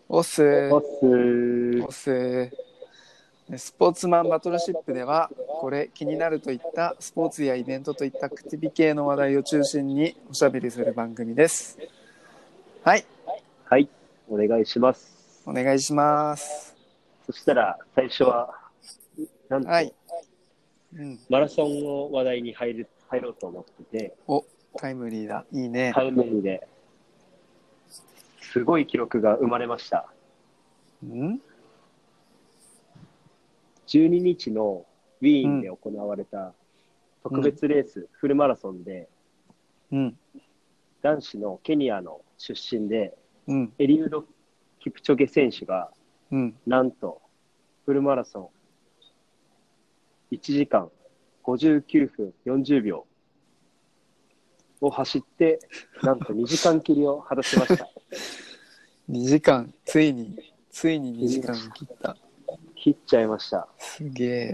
おっすーおっすー。 おっすー。スポーツマンバトルシップでは、これ気になるといったスポーツやイベントといったアクティビ系の話題を中心におしゃべりする番組です。はい、 はい、お願いします。 お願いします。 そしたら、最初は、なんはい、 と、 うん、 マラソンの話題に入ろうと思ってて、 お、タイムリーだ。いいね。 タイムリーで、すごい記録が生まれました。 ん 12日のウィーンでうん、 行われた特うん、 別レース、フルマラソンで、 うん、 男子のケニアの出身で、 うん、 エリウド・キプチョゲ選手が、 うん。 なんと、フルマラソン1時間59分40秒を走って、なんと2時間切りを果たしました。 2時間、ついに2時間切った。 切っちゃいました。 すげえ。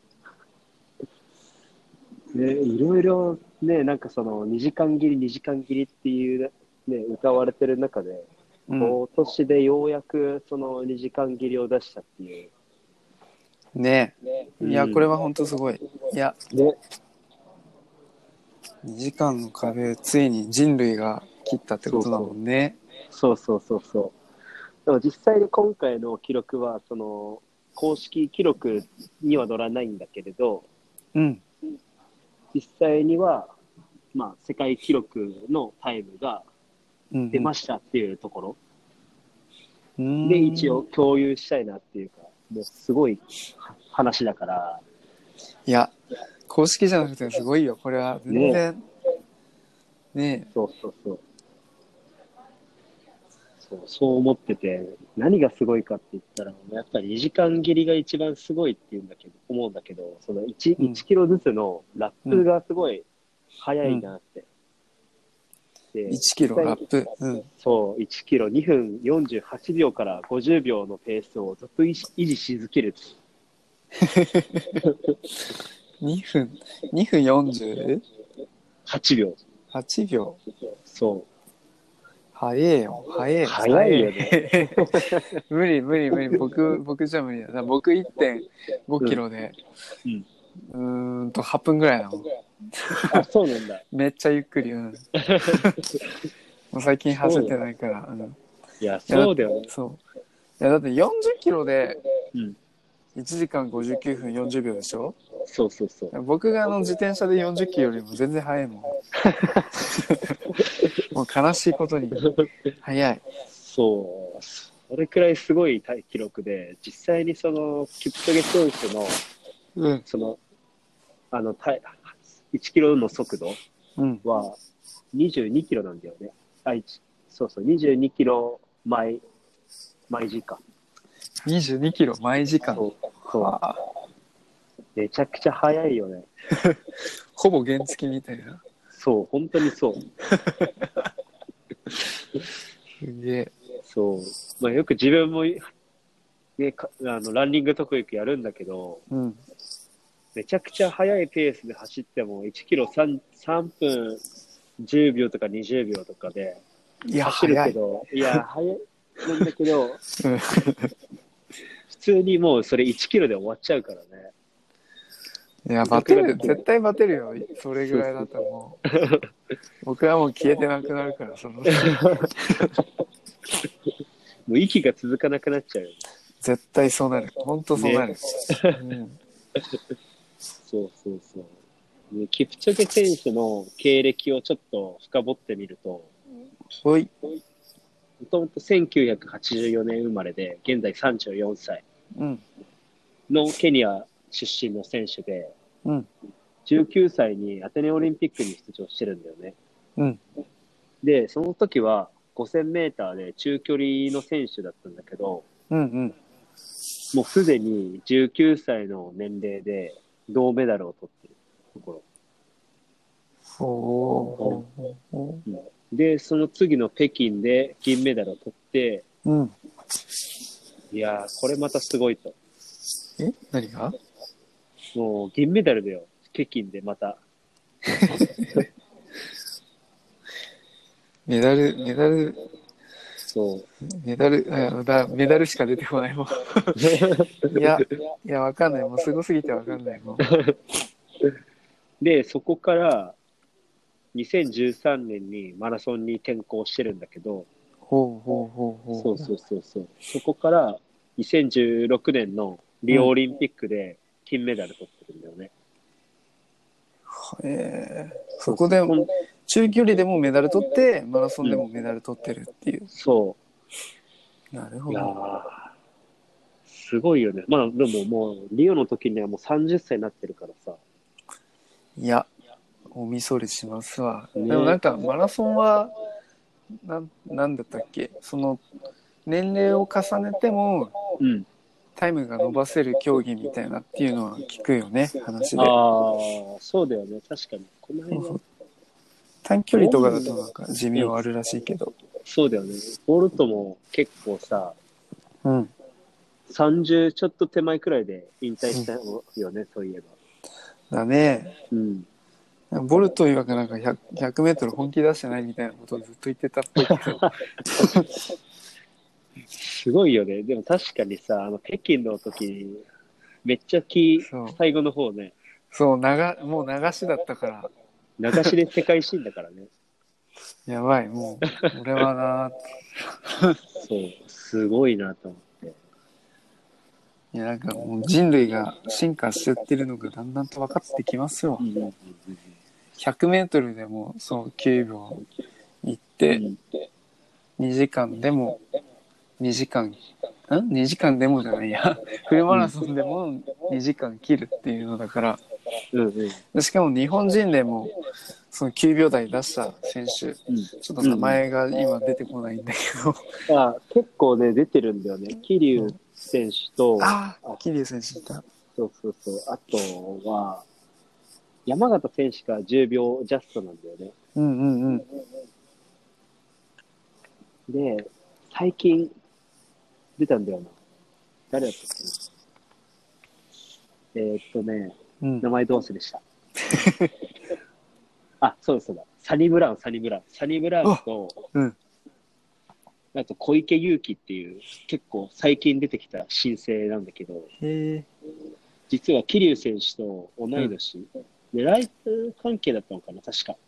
いろいろね、なんかその2時間切り、2時間切りっていうね、歌われてる中で、 うん。 今年でようやくその2時間切りを出したっていう。 ねえ。いや、これうん。 は本当すごい。いや、 で、 2時間の壁、ついに人類が切ったってことだもそうそう。 んね。 そうそうそうそう。でも実際に今回の記録は、その、公式記録には乗らないんだけれど、 うん。 実際には、まあ、世界記録のタイムが出まうんしたっていうところうん。 で、一応うーん。 共有したいなっていうか、もうすごい話だから、 いや、公式じゃなくてすごいよ。これは全ね、 然、ねそうそうそう。そう思ってて、何がすごいかって言ったら、やっぱり2時間切りが一番すごいって言うんだけど、思うんだけど、そのう 1 ん。 キロずつのラップうん。 がすごい速うん。 いなって。で、 1キロ実際に、 ラップ。うん。 そう、1キロ2分48秒から50秒のペースをずっと維持し続ける。 2分、2分 8秒。 48 秒。 そう。 早えよ。早え。早早いよね。 え。無理無理無理。僕じゃ無理だ。僕1.5 うん。 キロで、 うん。 8分ぐらいだもん。 あ、そうなんだ。 めっちゃゆっくり。うん。もう最近走ってそうなんだ。 ないから。うん。いいや、 や、 そうだよね。 そう。いや、だって40キロでうん。 1時間59分40秒でしょ。 そうそうそう。 僕が自転車で40キロよりも全然速いもん。もう悲しいことに。速い。 そう。それくらいすごい記録で、実際にその、キプチョゲ選手の、 うん。 その、1キロの速度うん。 は22キロなんだよね。そうそう、22キロ毎時間。 22キロ毎時間。 そう、そはあ。 う。めちゃくちゃ速いよね。 ほぼ原付みたいな。 そう、本当にそう。 すげえ。 そう。まあ、よく自分も、ね、ランニング得意やるんだけど、 うん。 めちゃくちゃ速いペースで走っても、1キロ3分10秒とか20秒とかでいや、 走る早い。 けど、いや、速いなんだけど、 うん。 普通にもうそれ1キロで終わっちゃうからね。 いや、バ僕テる。 ができない。 絶対バテるよ。それぐそうらいだそうそう。 ともう。僕はもう消えてなくなるから、 もう息が続かなくなっちゃうよ絶対そうなる。ほんとそうね。 なる。 ね。 うん。 そうそうそう。キプチョゲ選手の経歴をちょっと深掘ってみると、 ほい。 もともと1984年生まれで、現在34歳うん。 のケニア出身の選手で、 うん。 19歳にアテネオリンピックに出場してるんだよね。 うん。 で、その時は5000メーターで中距離の選手だったんだけど、 うん。うん。 もうすでに19歳の年齢で銅メダルを取ってるところ。 ほうほうほうんで、その次の北京で銀メダルを取って、 う。うん。 いやー、これまたすごいと。 何が？ もう銀メダルだよ。北京でまた。 メダル、 そう。 メダル、メダルしか出てこないもん。いや、わかんない。もうすごすぎてわかんないもん。 で、そこから2013年にマラソンに転向してるんだけど、 ほうほうほうほう。 そうそうそうそう。そこから2016年のリオオリンピックで金メダル取ってるんだよね。 そこでも中距離でもメダル取ってマラソンでもメダル取ってるっていう。 そなるう。いやほど。 ー、すごいよね。まあでももう、リオの時にはもう30歳になってるからさ。 いや、おみそれしますわ。 ね、 でもなんかマラソンはなんだったっけ、その年齢を重ねてもうん。 タイムが伸ばせる競技みたいなっていうのは聞くよね、話で。 ああ、そうだよね。確かに。この辺は。 短距離とかだとなんか寿命あるらしいけど。 そうだよね。ボルトも結構さ、 うん。 30ちょっと手前くらいで引退したよね、そういえば。 だね。 うん。 ボルト曰くなんか100メートル本気出してないみたいなことをずっと言ってたっぽいけど。 すごいよね。でも確かにさ、北京の時、めっちゃ最後の方ね。 そう、もう流しだったから。 流しで世界新だからね。 やばい、もう、俺はなそう、すごいなと思って。 いや、なんかもう人類が進化しちゃってるのがだんだんと分かってきますよ。100メートルでもそう9秒行って、2時間でも2時間、2時間でもじゃないや。フルマラソンでも2時間切るっていうのだから。しかも日本人でもその9秒台出した選手、ちょっと名前が今出てこないんだけど。結構ね、出てるんだよね。桐生選手と、 桐生選手いた。 そうそうそう。あとは、山形選手が10秒ジャストなんだよね。で、最近出たんだよな。誰だったっけな。名前どう忘れした。そうだ。サニブラウンと、あと小池祐希っていう、結構最近出てきた新星なんだけど、実は桐生選手と同い年、で、ライフ関係だったのかな、確か。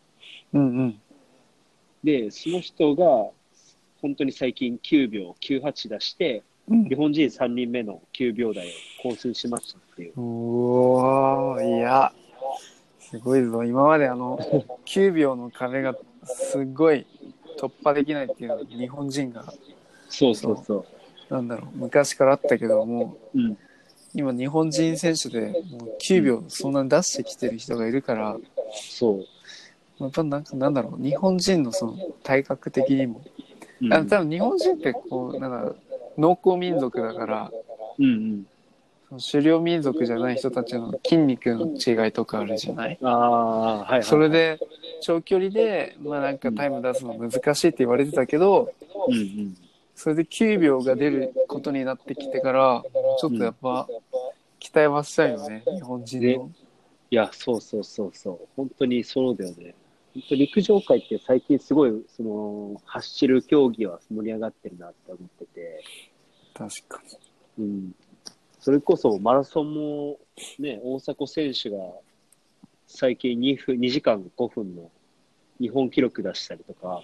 で、その人が、本当に最近9秒98出して、日本人3人目の9秒台を更新しましたっていう。 いや、すごいぞ。今まで9秒の壁がすごい突破できないっていうのは日本人が、なんだろう、昔からあったけども、今日本人選手でもう9秒そんなに出してきてる人がいるから、やっぱなんだろう、日本人のその体格的にも、多分日本人ってこうなんか農耕民族だから、狩猟民族じゃない人たちの筋肉の違いとかあるじゃない。それで長距離でなんかタイム出すの難しいって言われてたけど、それで9秒が出ることになってきてからちょっとやっぱ期待はしたいよね、日本人の。 いや、そう本当にそうだよね。本当陸上界って最近すごいその走る競技は盛り上がってるなって思ってて。 確かに。 それこそマラソンもね、大迫選手が最近2時間5分の日本記録出したりとか。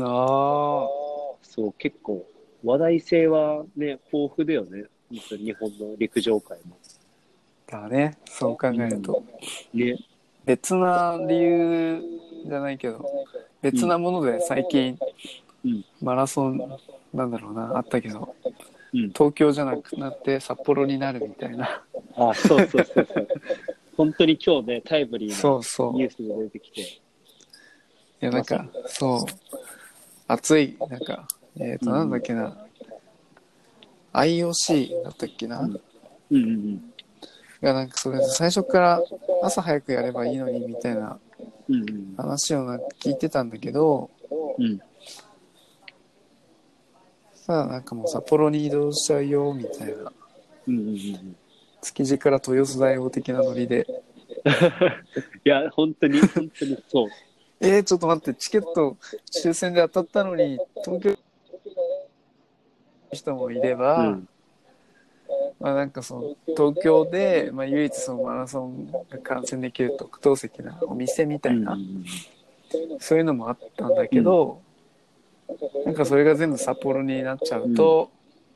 そう、結構話題性はね、豊富だよね。本当に日本の陸上界も。 だね、そう考えると。別な理由じゃないけど、別なもので最近、マラソン、なんだろうな、あったけど、東京じゃなくなって札幌になるみたいな。 そう。本当に今日ね、タイムリーなニュースが出てきて。いや、なんか、そう、熱い、なんか、なんだっけな、IOC だったっけな。がなんかそれ最初から朝早くやればいいのにみたいな話をなんか聞いてたんだけど、さあなんかもう札幌に移動しちゃうよみたいな、築地から豊洲大王的なノリでいや本当にそうちょっと待って、チケット抽選で当たったのに東京人もいれば、 うんまあ、なんかその東京で、まあ、唯一そのマラソンが観戦できる特等席なお店みたいな、そういうのもあったんだけど、なんかそれが全部札幌になっちゃうと、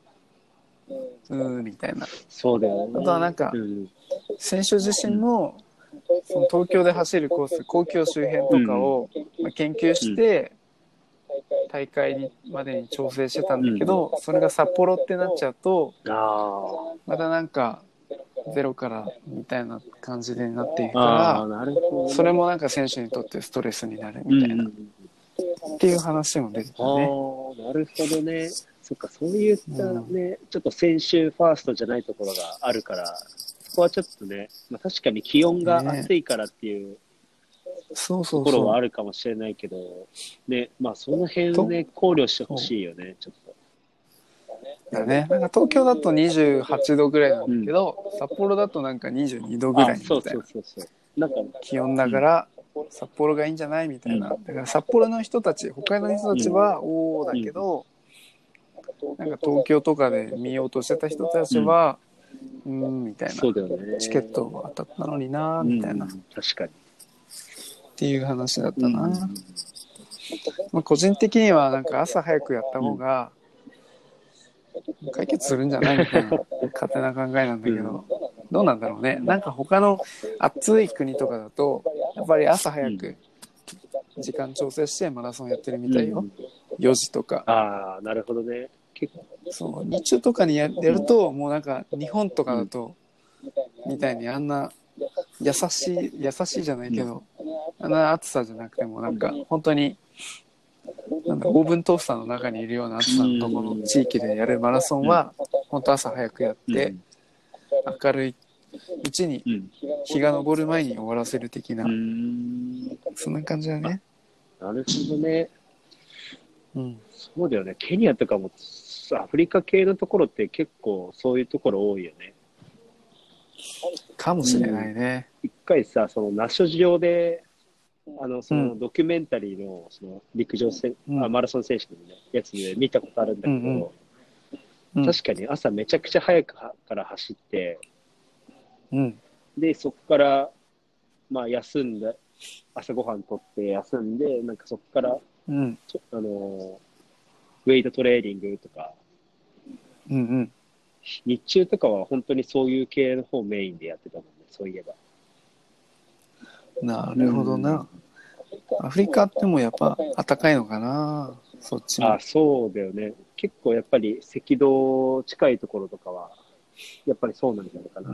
みたいな。 そうだよね。 あとはなんか、選手自身も、その東京で走るコース、皇居周辺とかを、まあ、研究して、大会にまでに調整してたんだけど、それが札幌ってなっちゃうと、またなんかゼロからみたいな感じでなっていくから、それもなんか選手にとってストレスになるみたいな、っていう話も出てたね。 なるほどね。そっか、そういったね、ちょっと選手ファーストじゃないところがあるから、そこはちょっとね、まあ、確かに気温が暑いからっていうところはあるかもしれないけど、ね、まあその辺ね、考慮してほしいよね、ちょっと。 だね。なんか東京だと28度ぐらいなんだけど、札幌だとなんか22度ぐらいみたいな気温だから、札幌がいいんじゃないみたいな。だから札幌の人たち、北海道の人たちは、おーだけど、なんか東京とかで見ようとしてた人たちは、みたいな。チケット当たったのになみたいな。 確かに。 っていう話だったな。まあ、個人的にはなんか朝早くやった方が解決するんじゃないみたいな勝手な考えなんだけど、どうなんだろうね。なんか他の暑い国とかだとやっぱり朝早く時間調整してマラソンやってるみたいよ。4時とか。 ああ、なるほどね。 そう、日中とかにやるともうなんか日本とかだとみたいにあんな優しいじゃないけど、あんな暑さじゃなくてもなんか本当になんだオーブントースターの中にいるような暑さのところの地域でやるマラソンは本当朝早くやって明るいうちに日が昇る前に終わらせる的な、そんな感じだね。 なるほどね。そうだよね。ケニアとかもアフリカ系のところって結構そういうところ多いよね。 かもしれないね。 一回さ、そのナショジオでそのドキュメンタリーのその陸上マラソン選手の、ね、やつで見たことあるんだけど、確かに朝めちゃくちゃ早くから走って、でそこからまあ休んで朝ごはんとって休んで、なんかそこから、ウェイトトレーニングとか、日中とかは本当にそういう系の方メインでやってたもんね、そういえば。 なるほどな。アフリカってもやっぱ暖かいのかな、そっちも。 そうだよね。結構やっぱり赤道近いところとかは、やっぱりそうなんじゃないかな。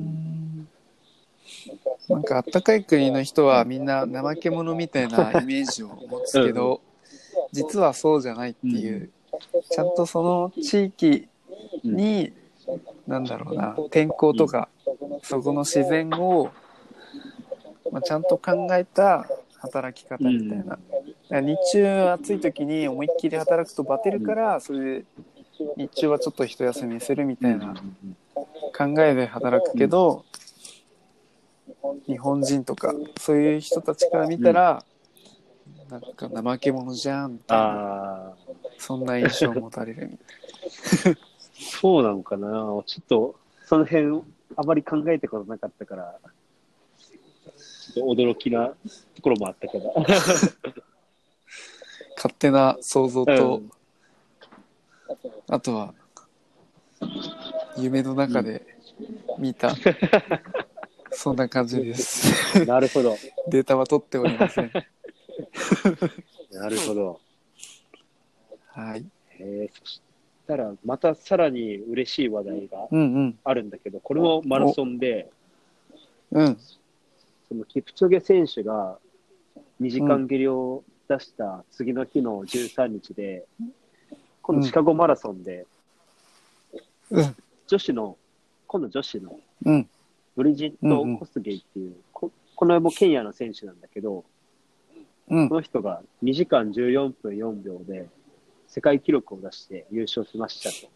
なんか暖かい国の人はみんな怠け者みたいなイメージを持つけど、実はそうじゃないっていう、ちゃんとその地域に、なんだろうな、天候とか、そこの自然を、まあ、ちゃんと考えた働き方みたいな。日中暑い時に思いっきり働くとバテるから、それで日中はちょっと一休みするみたいな考えで働くけど、日本人とかそういう人たちから見たら、なんか怠け者じゃんみたいな、そんな印象を持たれるみたいな。 そうなのかな。ちょっとその辺あまり考えたことなかったから、ちょっと驚きなところもあったけど。 勝手な想像と、あとは夢の中で見た、そんな感じです。 なるほど。 データは取っておりません。 なるほど。 はい。 そしたらまたさらに嬉しい話題があるんだけど、これもマラソンで、そのキプチョゲ選手が2時間切りを出した次の日の13日で、今度シカゴマラソンで、今度女子のブリジット・コスゲイっていう、このもケニアの選手なんだけど、この人が2時間14分4秒で世界記録を出して優勝しましたと。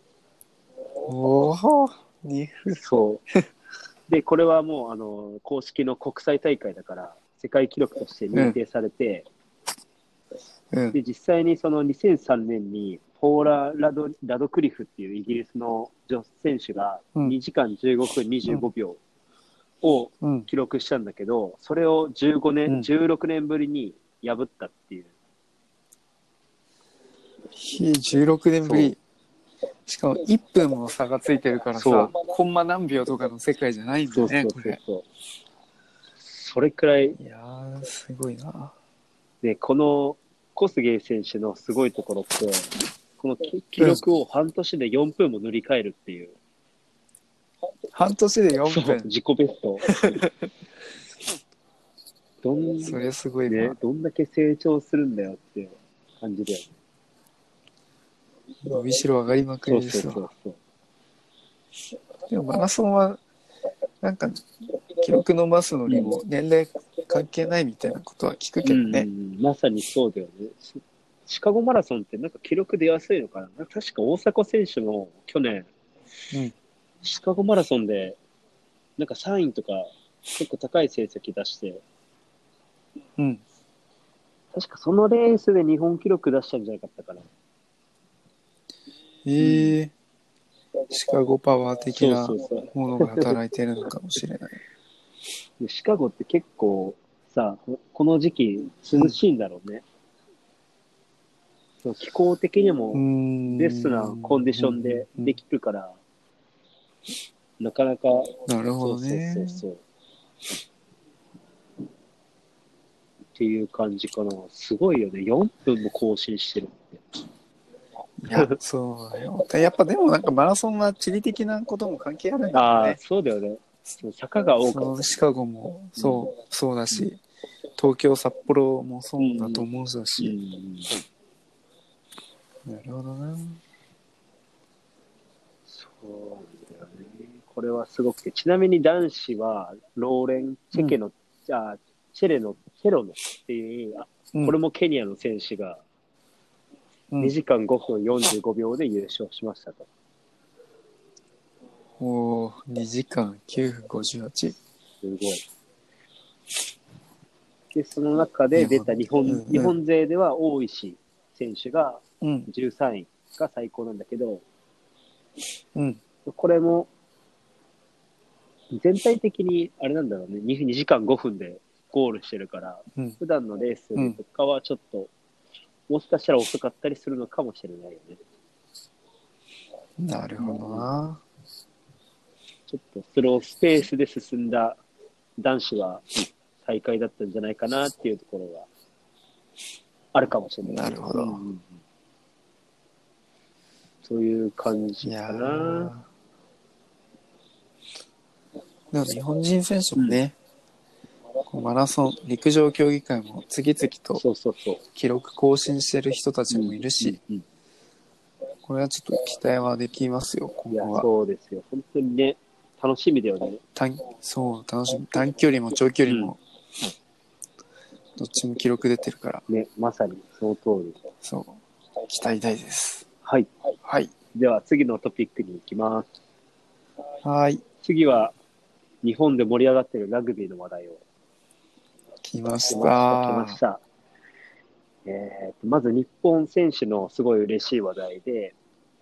そう。で、これはもう公式の国際大会だから世界記録として認定されて、で実際にその2003年にラドクリフっていうイギリスの女子選手がうん 2時間15分25秒をうん。 記録したんだけど、それを15年、 うん 16年ぶりに破ったっていう。 16年ぶり。しかも1分も差がついてるからそうさ、コンマ何秒とかの世界じゃないんだね、 そうそうこれ。 そうそう。それくらい、 いやー、すごいな。 ね、このコスゲイ選手のすごいところって、この記録を半年で4分も塗り替えるっていう。 半年で4 そう、 分。 自己ベスト。 それすごいねわ。、 どんだけ成長するんだよっていう感じだよね。 伸びしろ上がりまくそうそうりですわ。 そうそう。 でもマラソンは、なんか、記録伸ばすのにも年齢関係ないみたいなことは聞くけどね。 まさにそうだよね。シカゴマラソンってなんか記録出やすいのかな。なんか確か大迫選手も去年、 うん。 シカゴマラソンで、なんか3位とか結構高い成績出して、 うん。 確かそのレースで日本記録出したんじゃなかったかな。 シカゴパワー的なそうそうそうものが働いてるのかもしれない。 でシカゴって結構さ、この時期涼しいんだろうね。そう気候的にもベストなコンディションでできるから、なかなか、 なるほどね。 そうそうそうそう。っていう感じかな。すごいよね。4分も更新してるって。 いや、そうだよ。やっぱでもなんかマラソンは地理的なことも関係あるんだよああ、 ね。 そうだよね。坂が多かった。 シカゴもそうだし、東京、札幌もそうだと思うし。なるほどな。 そうだよね。これはすごくて。ちなみに男子は、ローレン・チェロノっていう、これもケニアの選手が、2時間5分45秒で優勝しましたと。 おー、2時間9分58。 すごい。で、その中で出た日本勢では大石選手が13位が最高なんだけど、これも全体的にあれなんだろうね、2時間5分でゴールしてるから、普段のレースとかはちょっと、もしかしたら遅かったりするのかもしれないよね。 なるほどな。 ちょっとスロースペースで進んだ男子は大会だったんじゃないかなっていうところがあるかもしれない。 なるほど。 そういう感じかな。 でも日本人選手もね、マラソン、陸上競技会も次々と記録更新してる人たちもいるし、これはちょっと期待はできますよ、今後は。 いや、そうですよ。本当にね、楽しみだよね。 そう、楽しみ。短距離も長距離も、どっちも記録出てるから。 ね、まさにその通り。 そう、期待大です。 はい。 はい。 では次のトピックに行きます。 はい。 次は日本で盛り上がっているラグビーの話題を。 来ました。 来ました。まず日本選手のすごい嬉しい話題で、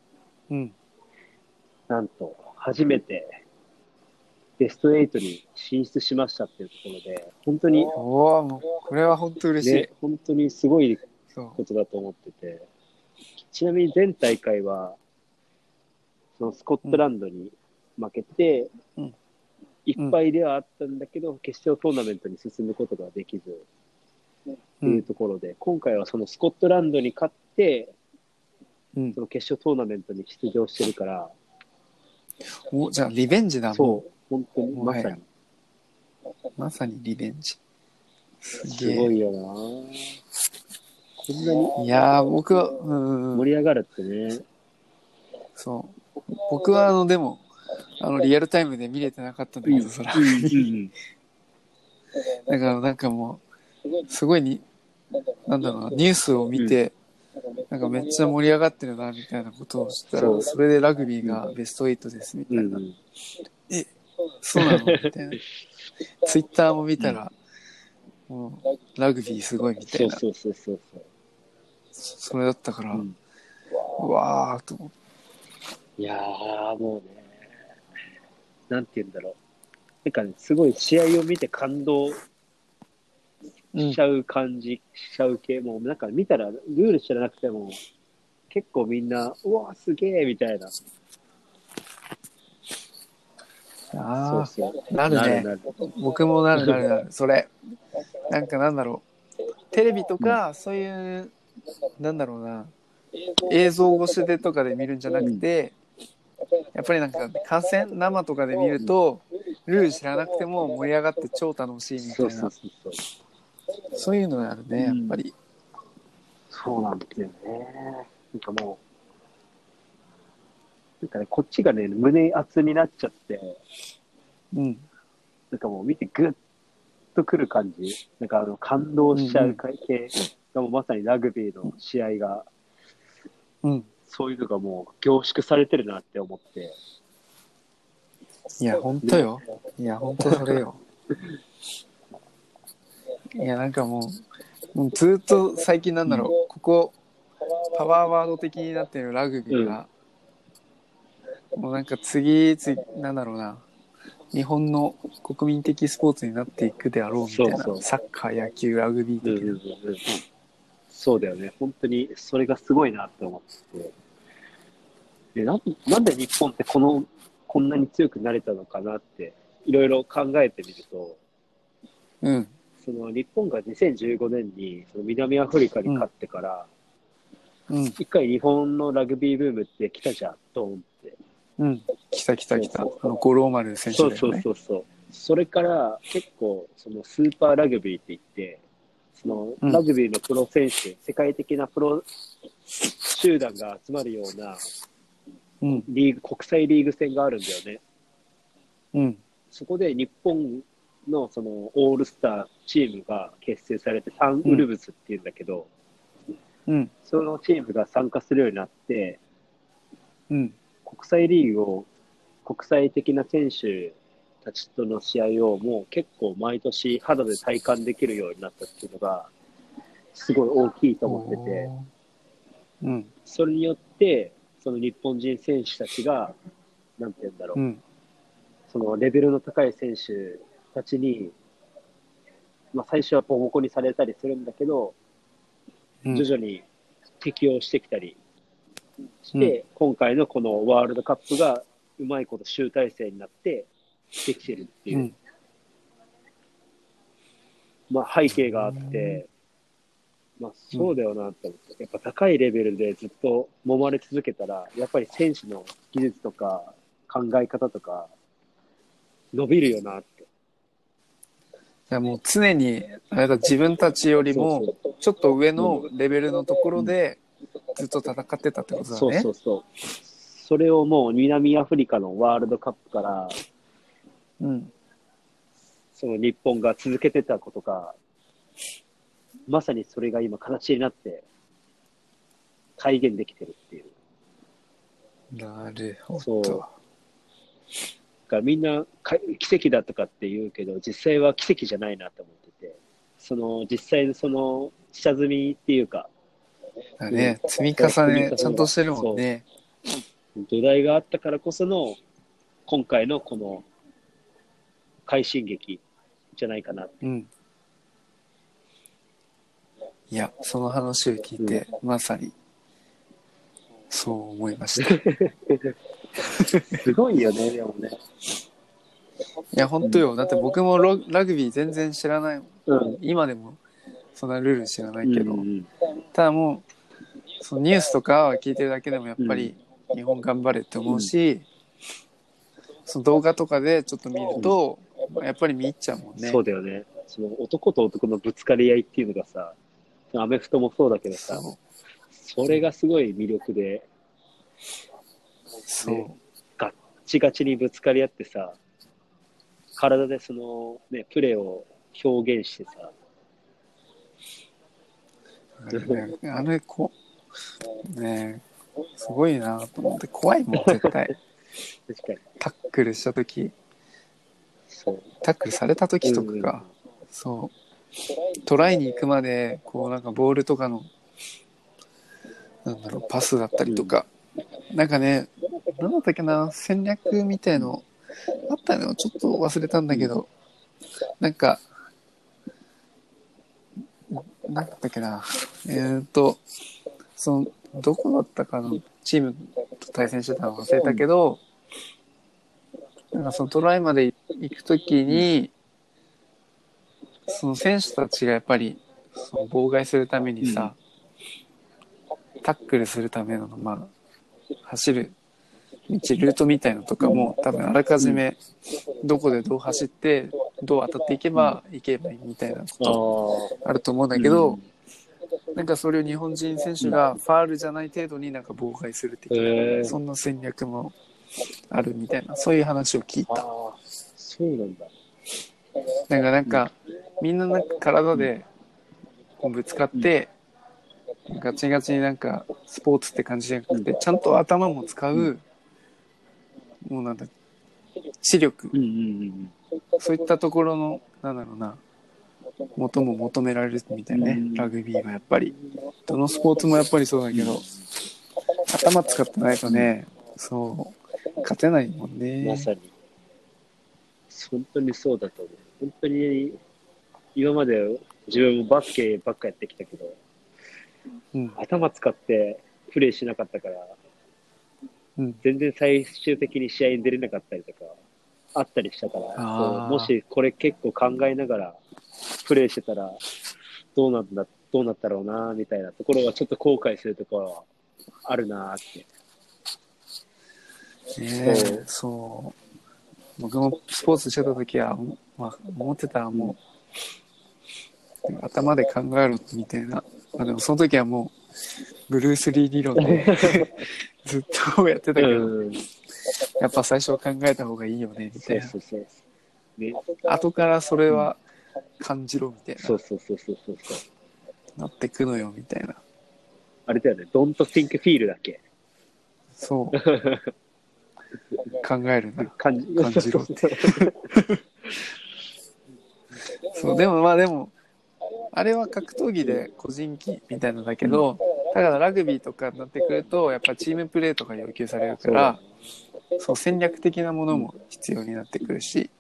なんと初めてベスト8に進出しましたっていうところで、本当に、 もうこれは本当嬉しい。 ね、本当にすごいことだと思ってて、ちなみに前大会は、そのスコットランドに負けて、いっぱいではあったんだけど、決勝トーナメントに進むことができず、っていうところで、今回はそのスコットランドに勝って、その決勝トーナメントに出場してるから、 じゃあリベンジだもん。 そう、本当にまさにリベンジ。 すごいよな。こんなに。 いやー、僕は、 盛り上がるってね。 そう。僕はでも、リアルタイムで見れてなかったんだけど、そら。だからなんかもう、すごいなんだろうな、ニュースを見て、なんかめっちゃ盛り上がってるな、みたいなことをしたら、それでラグビーがベスト8です、みたいな。そうなのみたいな。ツイッターも見たら、もう、ラグビーすごいみたいな。それだったから、 うわーと思って。 いやー、もうね、なんて言うんだろう。なんかね、すごい試合を見て感動しちゃう感じ、しちゃう系、もうなんか見たらルール知らなくても、結構みんな、うわ、すげえみたいな。そうあそう。 あ、なるね。 なるなる。 僕もなるなるなる。それ。なんかなんだろう。テレビとうん。 か、そういう、なんだろうな。映像越しでとかで見るんじゃなうん。 くて、やっぱりなんか観戦生とかで見ると、ルール知らなくても盛り上がって超楽しいみそうそうたいな。 そうそう。 そういうのあるね、 うん。 やっぱり。 そうなんですよね。なんかもう、なんかね、こっちがね、胸熱になっちゃって、 うん。 なんかもう見てグッとくる感じ。なんか感動しちゃううんうん。 系がもうまさにラグビーの試合が、 うん。 そういうのがもう凝縮されてるなって思って。 いや、ほんとね。 よ。いや、ほんとそれよ。いや、なんかもうずっと最近なんうん。 だろう、ここ、パワーワード的になってるラグビうん。 ーが、もうなんか次々、なんだろうな、日本の国民的スポーツになっていくであろうみたいな、 そうそサッカー、野球、ラグビーう。うんうん的な。 うんうん。そうだよね。本当にそれがすごいなって思ってて。なんで日本ってこんなに強くなれたのかなって、いろいろ考えてみると、 うん、 その日本が2015年にその南アフリカにうん、 勝ってから、 うん、 一回日本のラグビーブームって来たじゃん、ドーンって。 うん。来た来た来た。 そうそう。 五郎丸選手そうそうだよね。 そうそう。それから結構そのスーパーラグビーって言って、そのうん、 ラグビーのプロ選手、世界的なプロ集団が集まるようなうん、 国際リーグ戦があるんだよね。 うん、 そこで日本のそのオールスターチームが結成されて、サンうん、 ウルブスっていうんだけど、 うん、 そのチームが参加するようになって、 うん、 国際リーグを、国際的な選手たちとの試合をもう結構毎年肌で体感できるようになったっていうのが、すごい大きいと思ってて、 おー、うん、 それによって、その日本人選手たちが、なんて言うんだろう、 うん、 そのレベルの高い選手たちに、まあ、最初はボコボコにされたりするんだけど、 うん、 徐々に適応してきたりしうん、 て、今回のこのワールドカップがうまいこと集大成になってできてるっていう、 うん。 まあ、背景があって、まあ、 うん。 そうだよなって思って、やっぱ高いレベルでずっと揉まれ続けたら、やっぱり選手の技術とか考え方とか伸びるよなって。 じゃあもう常に、あれだ、自分たちよりも、 そうそう。 ちょっと上うん。 のレベルのとこうん。 ろで、ずっと戦ってたってことだそうね。 そうそう。それをもう南アフリカのワールドカップから、 うん。 その日本が続けてたことが、まさにそれが今形になって体現できてるっていう。 なるほど。 そう。だからみんな奇跡だとかって言うけど、実際は奇跡じゃないなと思ってて、その実際のその下積みっていうか、うん、 だね。積みそう重ね、 積み重ねが、 ちゃんとしてるもんそね。 う、土台があったからこその、今回のこの快進撃じゃないかなっていう。 うん。いや、その話を聞いうん、 て、まさに、そう思いました。いすごいよね、でもね。 や、ほんとよ。だって僕もラグビー全然知らないもん。 うん。 今でも、そんなルール知らなうんういけど。 んただもう、そのニュースとか聞いてるだけでもやっうん。 ぱり、日本頑張れって思うん。 うし、その動画とかでちょっと見るうん。 と、やっぱり見入っちゃうもんね。 そうだよね。その男と男のぶつかり合いっていうのがさ、アメフトもそうだけどさ、 そそれがすごい魅力で、 う、 ね、 そガッチガチにぶつかり合ってさ、体でその、ね、プレーを表現してさ、 う。ね、ね、すごいなと思って、怖いもん、絶対。 確かに。 タックルした時、 そう。 タックルされた時とかうんか、そう、トライに行くまで、こうなんかボールとかの、 なんだろう、パスだったりとか、なんかね、なんだったっけな、戦略みたいのあったのよ。ちょっと忘れたんだけど、なんか、なんだったっけな、その、どこだったかのチームと対戦してたの忘れたけど、なんかそのトライまで行くときに、その選手たちがやっぱりその妨害するためにさ、タックルするための、まあ、走る道、ルートみたいのとかも多分あらかじめどこでどう走ってどう当たっていけばいいみたいなことあると思うんだけど、なんかそれを日本人選手がファールじゃない程度になんか妨害する的な、そんな戦略もあるみたいな、そういう話を聞いた。 そうなんだ。 なんかみんななんか体でぶつかってガチガチになんかスポーツって感じじゃなくて、ちゃんと頭も使う、もうなんだ、視力、そういったところのなんだろうな、元も求められるみたいなね、ラグビーはやっぱりどのスポーツもやっぱりそうだけど、頭使ってないとね、そう勝てないもんね。 まさに本当にそうだと思う。本当に今まで自分もバスケばっかやってきたけど、頭使ってプレーしなかったから、全然最終的に試合に出れなかったりとかあったりしたから、そうもしこれ結構考えながらプレーしてたらどうなったろうなみたいなところはちょっと後悔するところはあるなって。 そう。僕もスポーツしてた時は、まあ、思ってたらもう、頭で考えろみたいな。まあ、でもその時はもうブルース・リー理論でずっとやってたけど、やっぱ最初は考えた方がいいよねみたいな。ね、後からそれは感じろみたいな。なってくのよみたいな。 あれだよね。Don't think feel だっけ。 そう。考えるな。感じろって。そう、でもあれは格闘技で個人技みたいなんだけど、だからラグビーとかになってくると、やっぱチームプレーとか要求されるから、そう戦略的なものも必要になってくるし、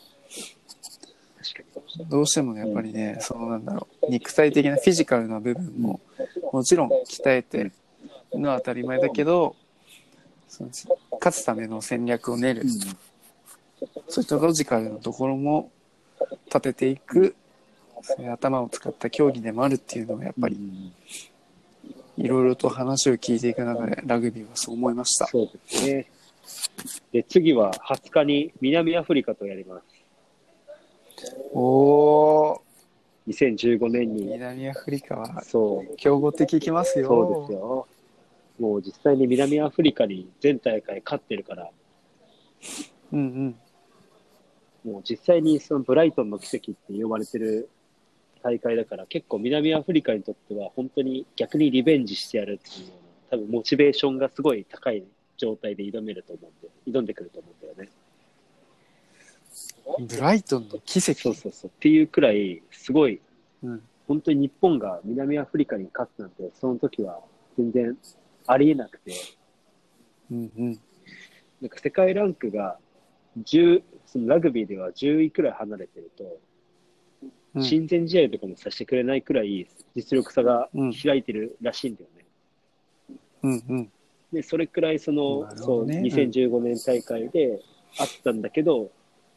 どうしてもやっぱりね、なんだろう、肉体的なフィジカルな部分ももちろん鍛えてるのは当たり前だけど、勝つための戦略を練る、そういったロジカルなところも立てていく、そういう頭を使った競技でもあるっていうのがやっぱり、いろいろと話を聞いていく中でラグビーはそう思いました。 そうですね。で、次は20日に南アフリカとやります。2015年に。 南アフリカは強豪って聞きますよ。 そうですよ。もう実際に南アフリカに全大会勝ってるから。もう実際にそのブライトンの奇跡って呼ばれてる大会だから、結構南アフリカにとっては本当に逆にリベンジしてやるっていうような、多分モチベーションがすごい高い状態で挑んでくると思うんだよね。 ブライトンの奇跡。 そうっていうくらいすごい、本当に日本が南アフリカに勝つなんてその時は全然ありえなくて、なんか世界ランクがそのラグビーでは10位くらい離れてると、親善試合とかもさせてくれないくらい実力差が開いてるらしいんだよね。でそれくらい2015年大会であったんだけど、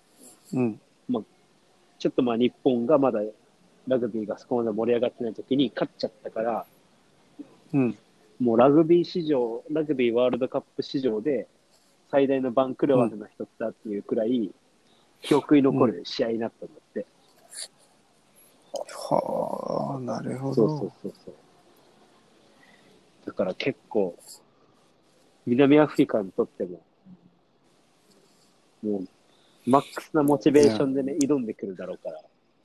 ちょっと日本がまだラグビーがそこまで盛り上がってない時に勝っちゃったから、もうラグビーワールドカップ史上で最大の番狂わせの一つだっていうくらい記憶に残る試合になったんだって。 はあ、なるほど。 だから結構南アフリカにとってももうマックスなモチベーションでね挑んでくるだろうから。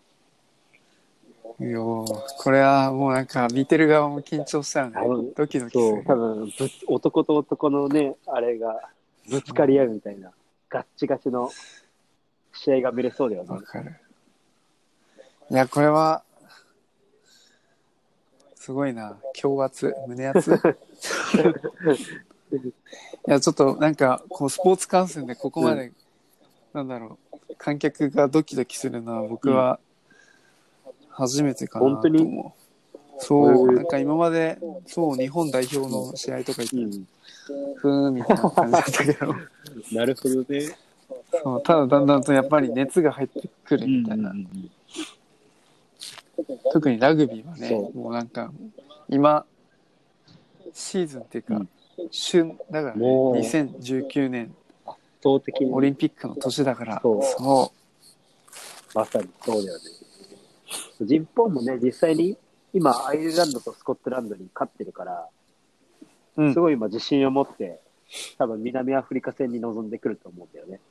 いやこれはもうなんか見てる側も緊張したよね。ドキドキする。 多分男と男のねあれがぶつかり合うみたいなガッチガチの試合が見れそうだよね。 わかる。いやこれはすごいな。胸圧、胸圧。いや、ちょっとなんか、こう、スポーツ観戦でここまで、なんだろう、観客がドキドキするのは僕は初めてかな本当にと思う。そう、なんか今まで、そう、日本代表の試合とか行って、ふーんみたいな感じだったけど、 なるほどね。 そう、ただだんだんとやっぱり熱が入ってくるみたいな。特にラグビーはね、もうなんか、今、シーズンっていうか、旬だからね、2019年、 圧倒的にオリンピックの年だから、 そう。まさにそうだよね。日本もね、実際に今、アイルランドとスコットランドに勝ってるから、すごい今自信を持って、多分南アフリカ戦に臨んでくると思うんだよね。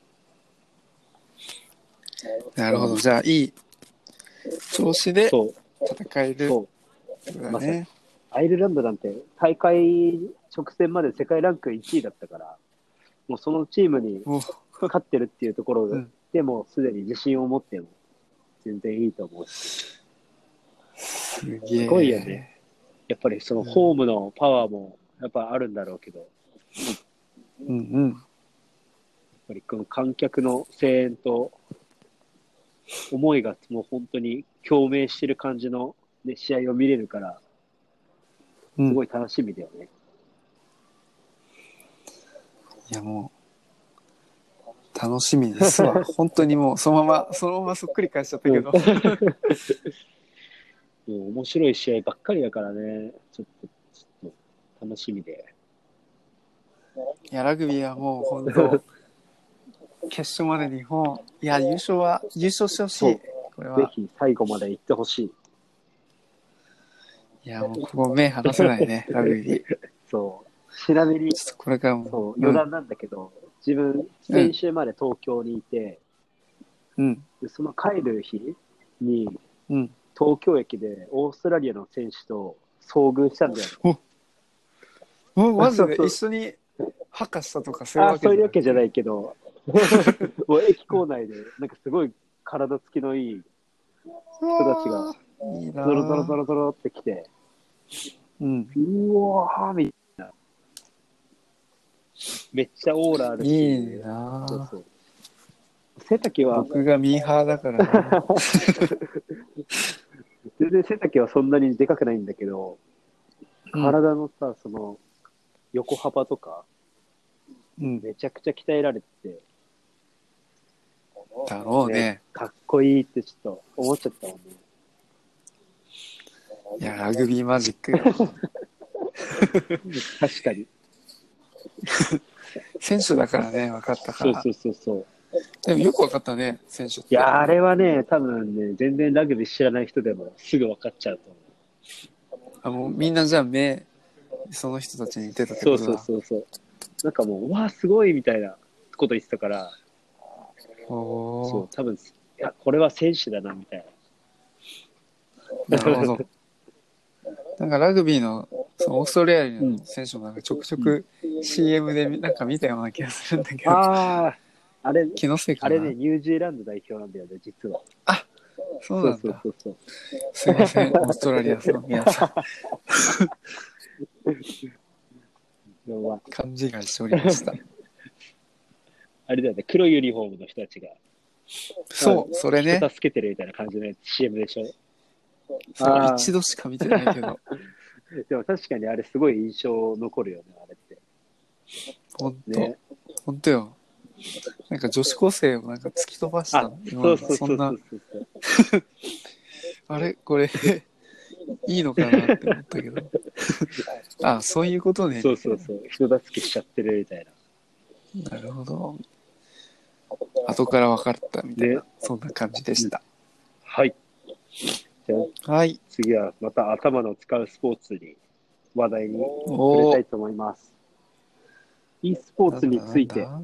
なるほど。じゃあ、いい調子で戦える。 そう。まさに。アイルランドなんて大会直前まで世界ランク1位だったから、もうそのチームに勝ってるっていうところでもうすでに自信を持っても全然いいと思うし。 すごいよね。やっぱりそのホームのパワーもやっぱあるんだろうけど、やっぱりこの観客の声援と思いがもう本当に共鳴してる感じの、ね、試合を見れるから、すごい楽しみだよね。 いやもう楽しみですわ。本当にもうそのままそっくり返しちゃったけど。 もう面白い試合ばっかりだからね、ちょっと楽しみで。 いやラグビーはもう本当決勝まで日本、いや優勝してほしい。これはぜひ最後まで行ってほしい。 いやもうここ目離せないねラグビー。 そう。ちなみにちょっとこれからもそう余談なんだけど、自分先週まで東京にいて、でその帰る日に、東京駅でオーストラリアの選手と遭遇したんだよね。 マジで一緒にハカしたとかそういうわけじゃないけど、もう駅構内でなんかすごい体つきのいい人たちがゾロゾロゾロゾロって来て、うわーみたいな。めっちゃオーラあるし。 いいなそうそう。背丈は僕がミーハーだからな。 全然背丈はそんなにでかくないんだけど、体のさ、その横幅とか、めちゃくちゃ鍛えられてて、 だろうね。 かっこいいってちょっと思っちゃったもんね。 いや、ラグビーマジックよ。 確かに。 選手だからね、分かったから。 そう。 でもよく分かったね、選手って。 いや、あれはね、多分ね、全然ラグビー知らない人でもすぐ分かっちゃうと思う。 もうみんなじゃあその人たちに似てたってことだ。 そう。なんかもう、うわーすごいみたいなこと言ってたから、そう、多分、いや、これは選手だな、みたいな。なるほど。なんかラグビーの、そのオーストラリアの選手もなんかちょくちょく CM でなんか見たような気がするんだけど。 あれ、 気のせいかな。 あれね、ニュージーランド代表なんだよね、実は。 あ、そうなんだ。 そう。 すいません、オーストラリアの皆さん。勘違いしておりました。 あれだよね、黒いユニフォームの人たちが。 そう、それね。 人助けてるみたいな感じの CM でしょ。 そう一度しか見てないけど。 でも確かにあれすごい印象残るよね、あれって。 ほんとよ。なんか女子高生をなんか突き飛ばした。そんな。あれこれ、いいのかなって思ったけど。そういうことね。 そう。人助けしちゃってるみたいな。なるほど。後から分かったみたいな、そんな感じでした。 はい。じゃあ、 はい。 次はまた頭の使うスポーツに話題に触れたいと思います。e スポーツについて。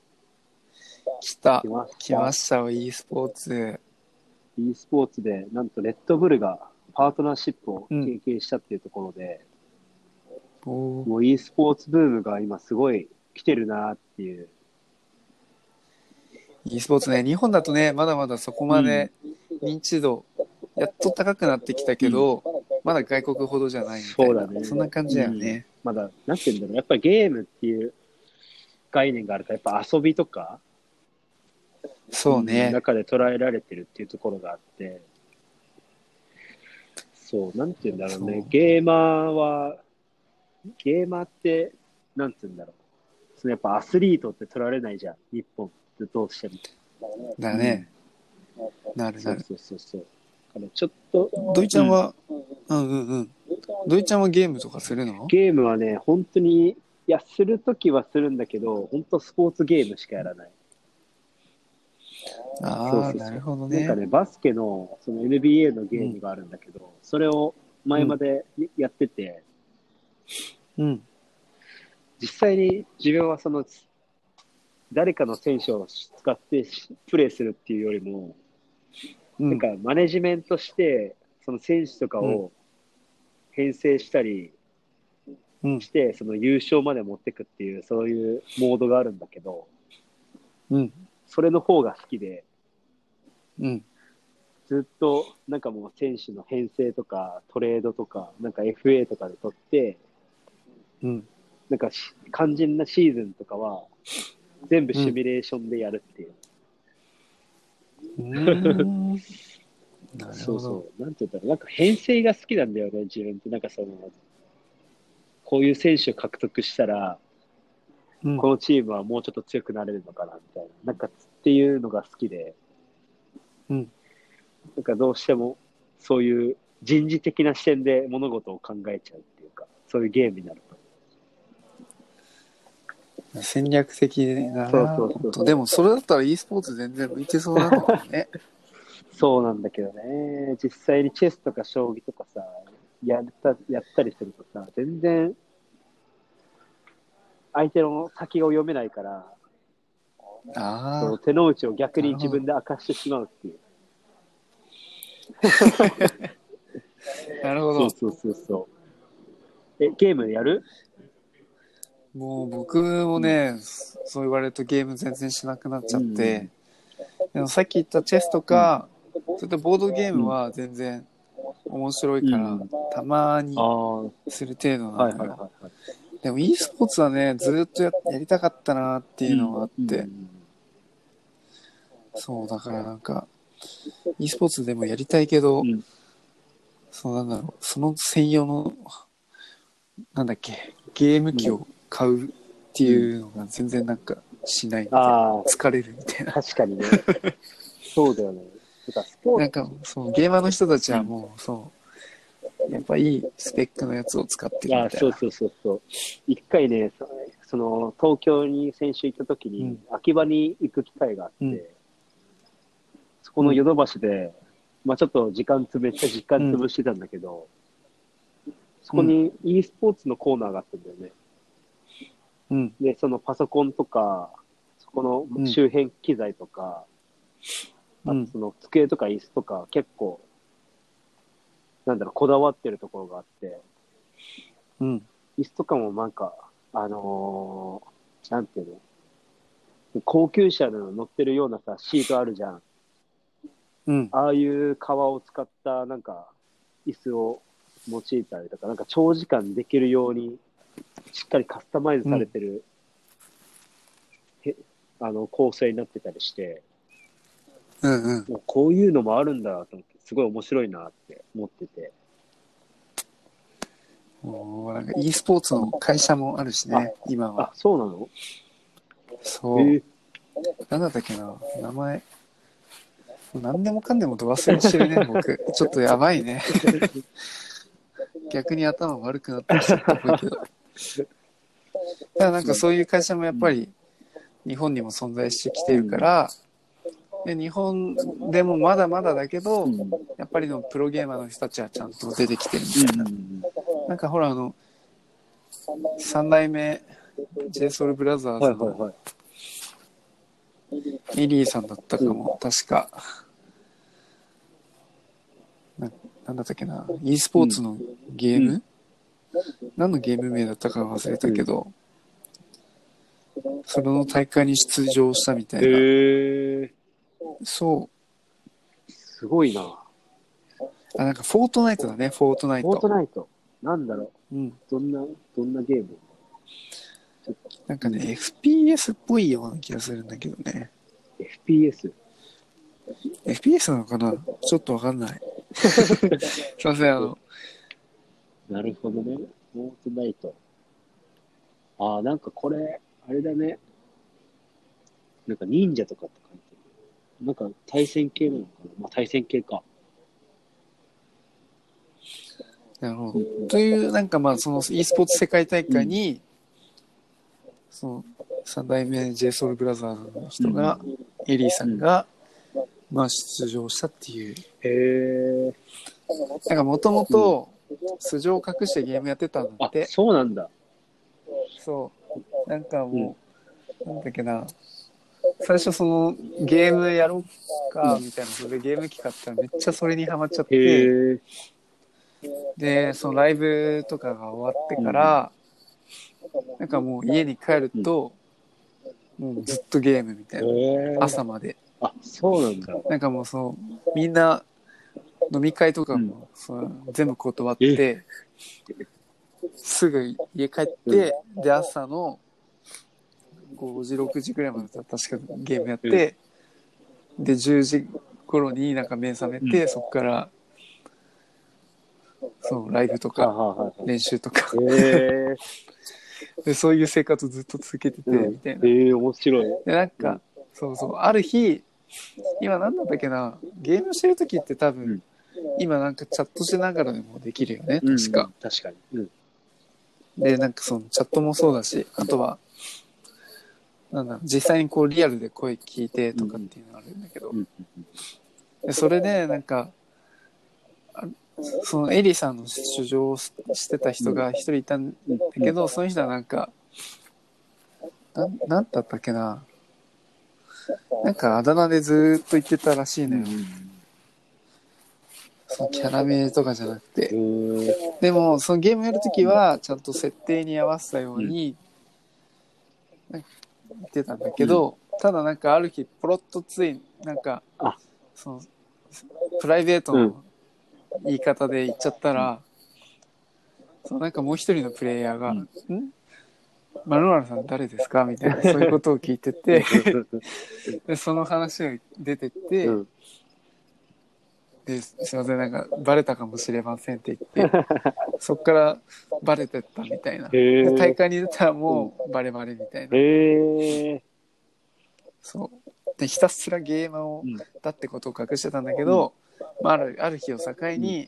来ましたよ、e スポーツ。 e スポーツで、なんとレッドブルがパートナーシップを経験したっていうところで、もう e スポーツブームが今すごい来てるなっていう。 e スポーツね、日本だとね、まだまだそこまで認知度やっと高くなってきたけど、まだ外国ほどじゃないみたいな。 そうだね。 そんな感じだよね。 まだ、なんて言うんだろう。やっぱりゲームっていう概念があるから、やっぱ遊びとか、 そうね。 中で捉えられてるっていうところがあって、そう、なんて言うんだろうね。ゲーマーって、なんて言うんだろう。そのやっぱアスリートって取られないじゃん。日本ってどうしても。 だね。なるなる。 そうそうそう。だからちょっと。 土井ちゃんは、土井ちゃんはゲームとかするの？ ゲームはね、本当に、いや、するときはするんだけど、本当スポーツゲームしかやらない。 ああ、なるほどね。 なんかね、バスケの、その NBA のゲームがあるんだけど、それを前までやってて、実際に自分はその、誰かの選手を使ってプレーするっていうよりも、なんかマネジメントして、その選手とかを編成したりして、その優勝まで持っていくっていう、そういうモードがあるんだけど、それの方が好きで、ずっとなんかもう選手の編成とかトレードとか、なんか FA とかで取って、なんか肝心なシーズンとかは全部シミュレーションでやるっていう。 なるほど。 そうそう。なんて言ったら、なんか編成が好きなんだよね、自分って。なんかその、こういう選手を獲得したら、このチームはもうちょっと強くなれるのかな、みたいな。なんかっていうのが好きで、なんかどうしてもそういう人事的な視点で物事を考えちゃうっていうか、そういうゲームになると。戦略的だな。 そうでもそれだったら e スポーツ全然向いてそうなんだけどね。 そうなんだけどね。実際にチェスとか将棋とかさ、やったりするとさ、全然相手の先を読めないから、そう手の内を逆に自分で明かしてしまうっていう。 なるほど。 そう。ゲームやる？ もう僕もね、そう言われるとゲーム全然しなくなっちゃって、でもさっき言ったチェスとか、そういったボードゲームは全然面白いから、たまにする程度なんだよ。でも e スポーツはね、ずっとやりたかったなっていうのがあって、そう、だからなんか、e スポーツでもやりたいけど、そうなんだろう、その専用の、なんだっけ、ゲーム機を買うっていうのが全然なんかしないみたいな、疲れるみたいな。 確かにね。そうだよね。 なんかそう、ゲーマーの人たちはもう、そう、やっぱいいスペックのやつを使ってるみたいな。 そう。一回ね、その東京に先週行った時に、秋葉に行く機会があって、そこのヨドバシで、まあちょっとめっちゃ時間潰してたんだけど、そこに e スポーツのコーナーがあったんだよね。で、そのパソコンとか、そこの周辺機材とか、あとその机とか椅子とか結構、なんだろう、こだわってるところがあって、椅子とかもなんか、なんていうの、高級車の乗ってるようなさ、シートあるじゃん。ああいう革を使ったなんか、椅子を用いたりとか、なんか長時間できるように、しっかりカスタマイズされてる、構成になってたりして、もうこういうのもあるんだと思って、すごい面白いなって思ってて。 なんか e スポーツの会社もあるしね、今は。 そうなの？ そう。なんだったっけな、名前。何でもかんでもど忘れしてるね、僕。ちょっとやばいね。逆に頭悪くなってきちゃったっぽいけど。ただなんかそういう会社もやっぱり日本にも存在してきてるから、で日本でもまだまだだけど、やっぱりのプロゲーマーの人たちはちゃんと出てきてるみたいな。なんかほら3代目 JSOULBROTHERS のミリーさんだったかも、確か。なんだったっけな、e スポーツのゲーム、何のゲーム名だったか忘れたけど、その大会に出場したみたいな。そう。 すごいな。 あ、なんかフォートナイトだね、フォートナイフォートト。 ナイト。なんだろうん。 う。どんなゲーム？ なんかね、FPS っぽいような気がするんだけどね。 FPS？ FPS なのかな、ちょっとわかんない。すいません、 なるほどね。フォートナイト。ああ、なんかこれ、あれだね。なんか忍者とかって書いてる。なんか対戦系なのかな。まあ対戦系か。 なるほど。という、なんかまあ、その e スポーツ世界大会に、その、三代目 JSOULBROTHERS の人が、エリーさんが、まあ、出場したっていう。 へえ。 なんかもともと、素性を隠してゲームやってたんだっあ、 て。 そうなんだ。 そう。なんかもう、なんだっけな。最初そのゲームやろうかみたいなことでゲーム機買ったらめっちゃそれにハマっちゃっへて、 え。 で、そのライブとかが終わってから、なんかもう家に帰ると、もうずっとゲームみたいな。朝まで。 あ、そうなんだ。 なんかもうそう、みんな飲み会とかもそう全部断って、すぐ家帰って、で、朝の5時、6時ぐらいまで確かゲームやって、で、10時頃になんか目覚めて、そっから、そう、ライブとか、練習とかで、そういう生活をずっと続けてて、みたいな。 面白い。 で、なんか、そうそう、ある日、今なんだったっけな、ゲームしてる時って多分、今なんかチャットしながらでもできるよね、確か。 確かに。 で、なんかそのチャットもそうだし、あとは、なんだろう、実際にこうリアルで声聞いてとかっていうのがあるんだけど、でそれでなんか、そのエリさんの主張をしてた人が一人いたんだけど、その人はなんか、なんだったっけな、なんかあだ名でずっと言ってたらしいのよ。そのキャラ名とかじゃなくて。でも、そのゲームやるときは、ちゃんと設定に合わせたように、言ってたんだけど、ただなんかある日、ポロッとつい、なんか、その、プライベートの言い方で言っちゃったら、そうなんかもう一人のプレイヤーが、〇〇さん誰ですかみたいな、そういうことを聞いててで、その話が出てって、ですいません、なんかバレたかもしれませんって言って、そっからバレてったみたいな。で大会に出たらもうバレバレみたいな。そう。で、ひたすらゲーマーをだってことを隠してたんだけど、まあ、ある日を境に、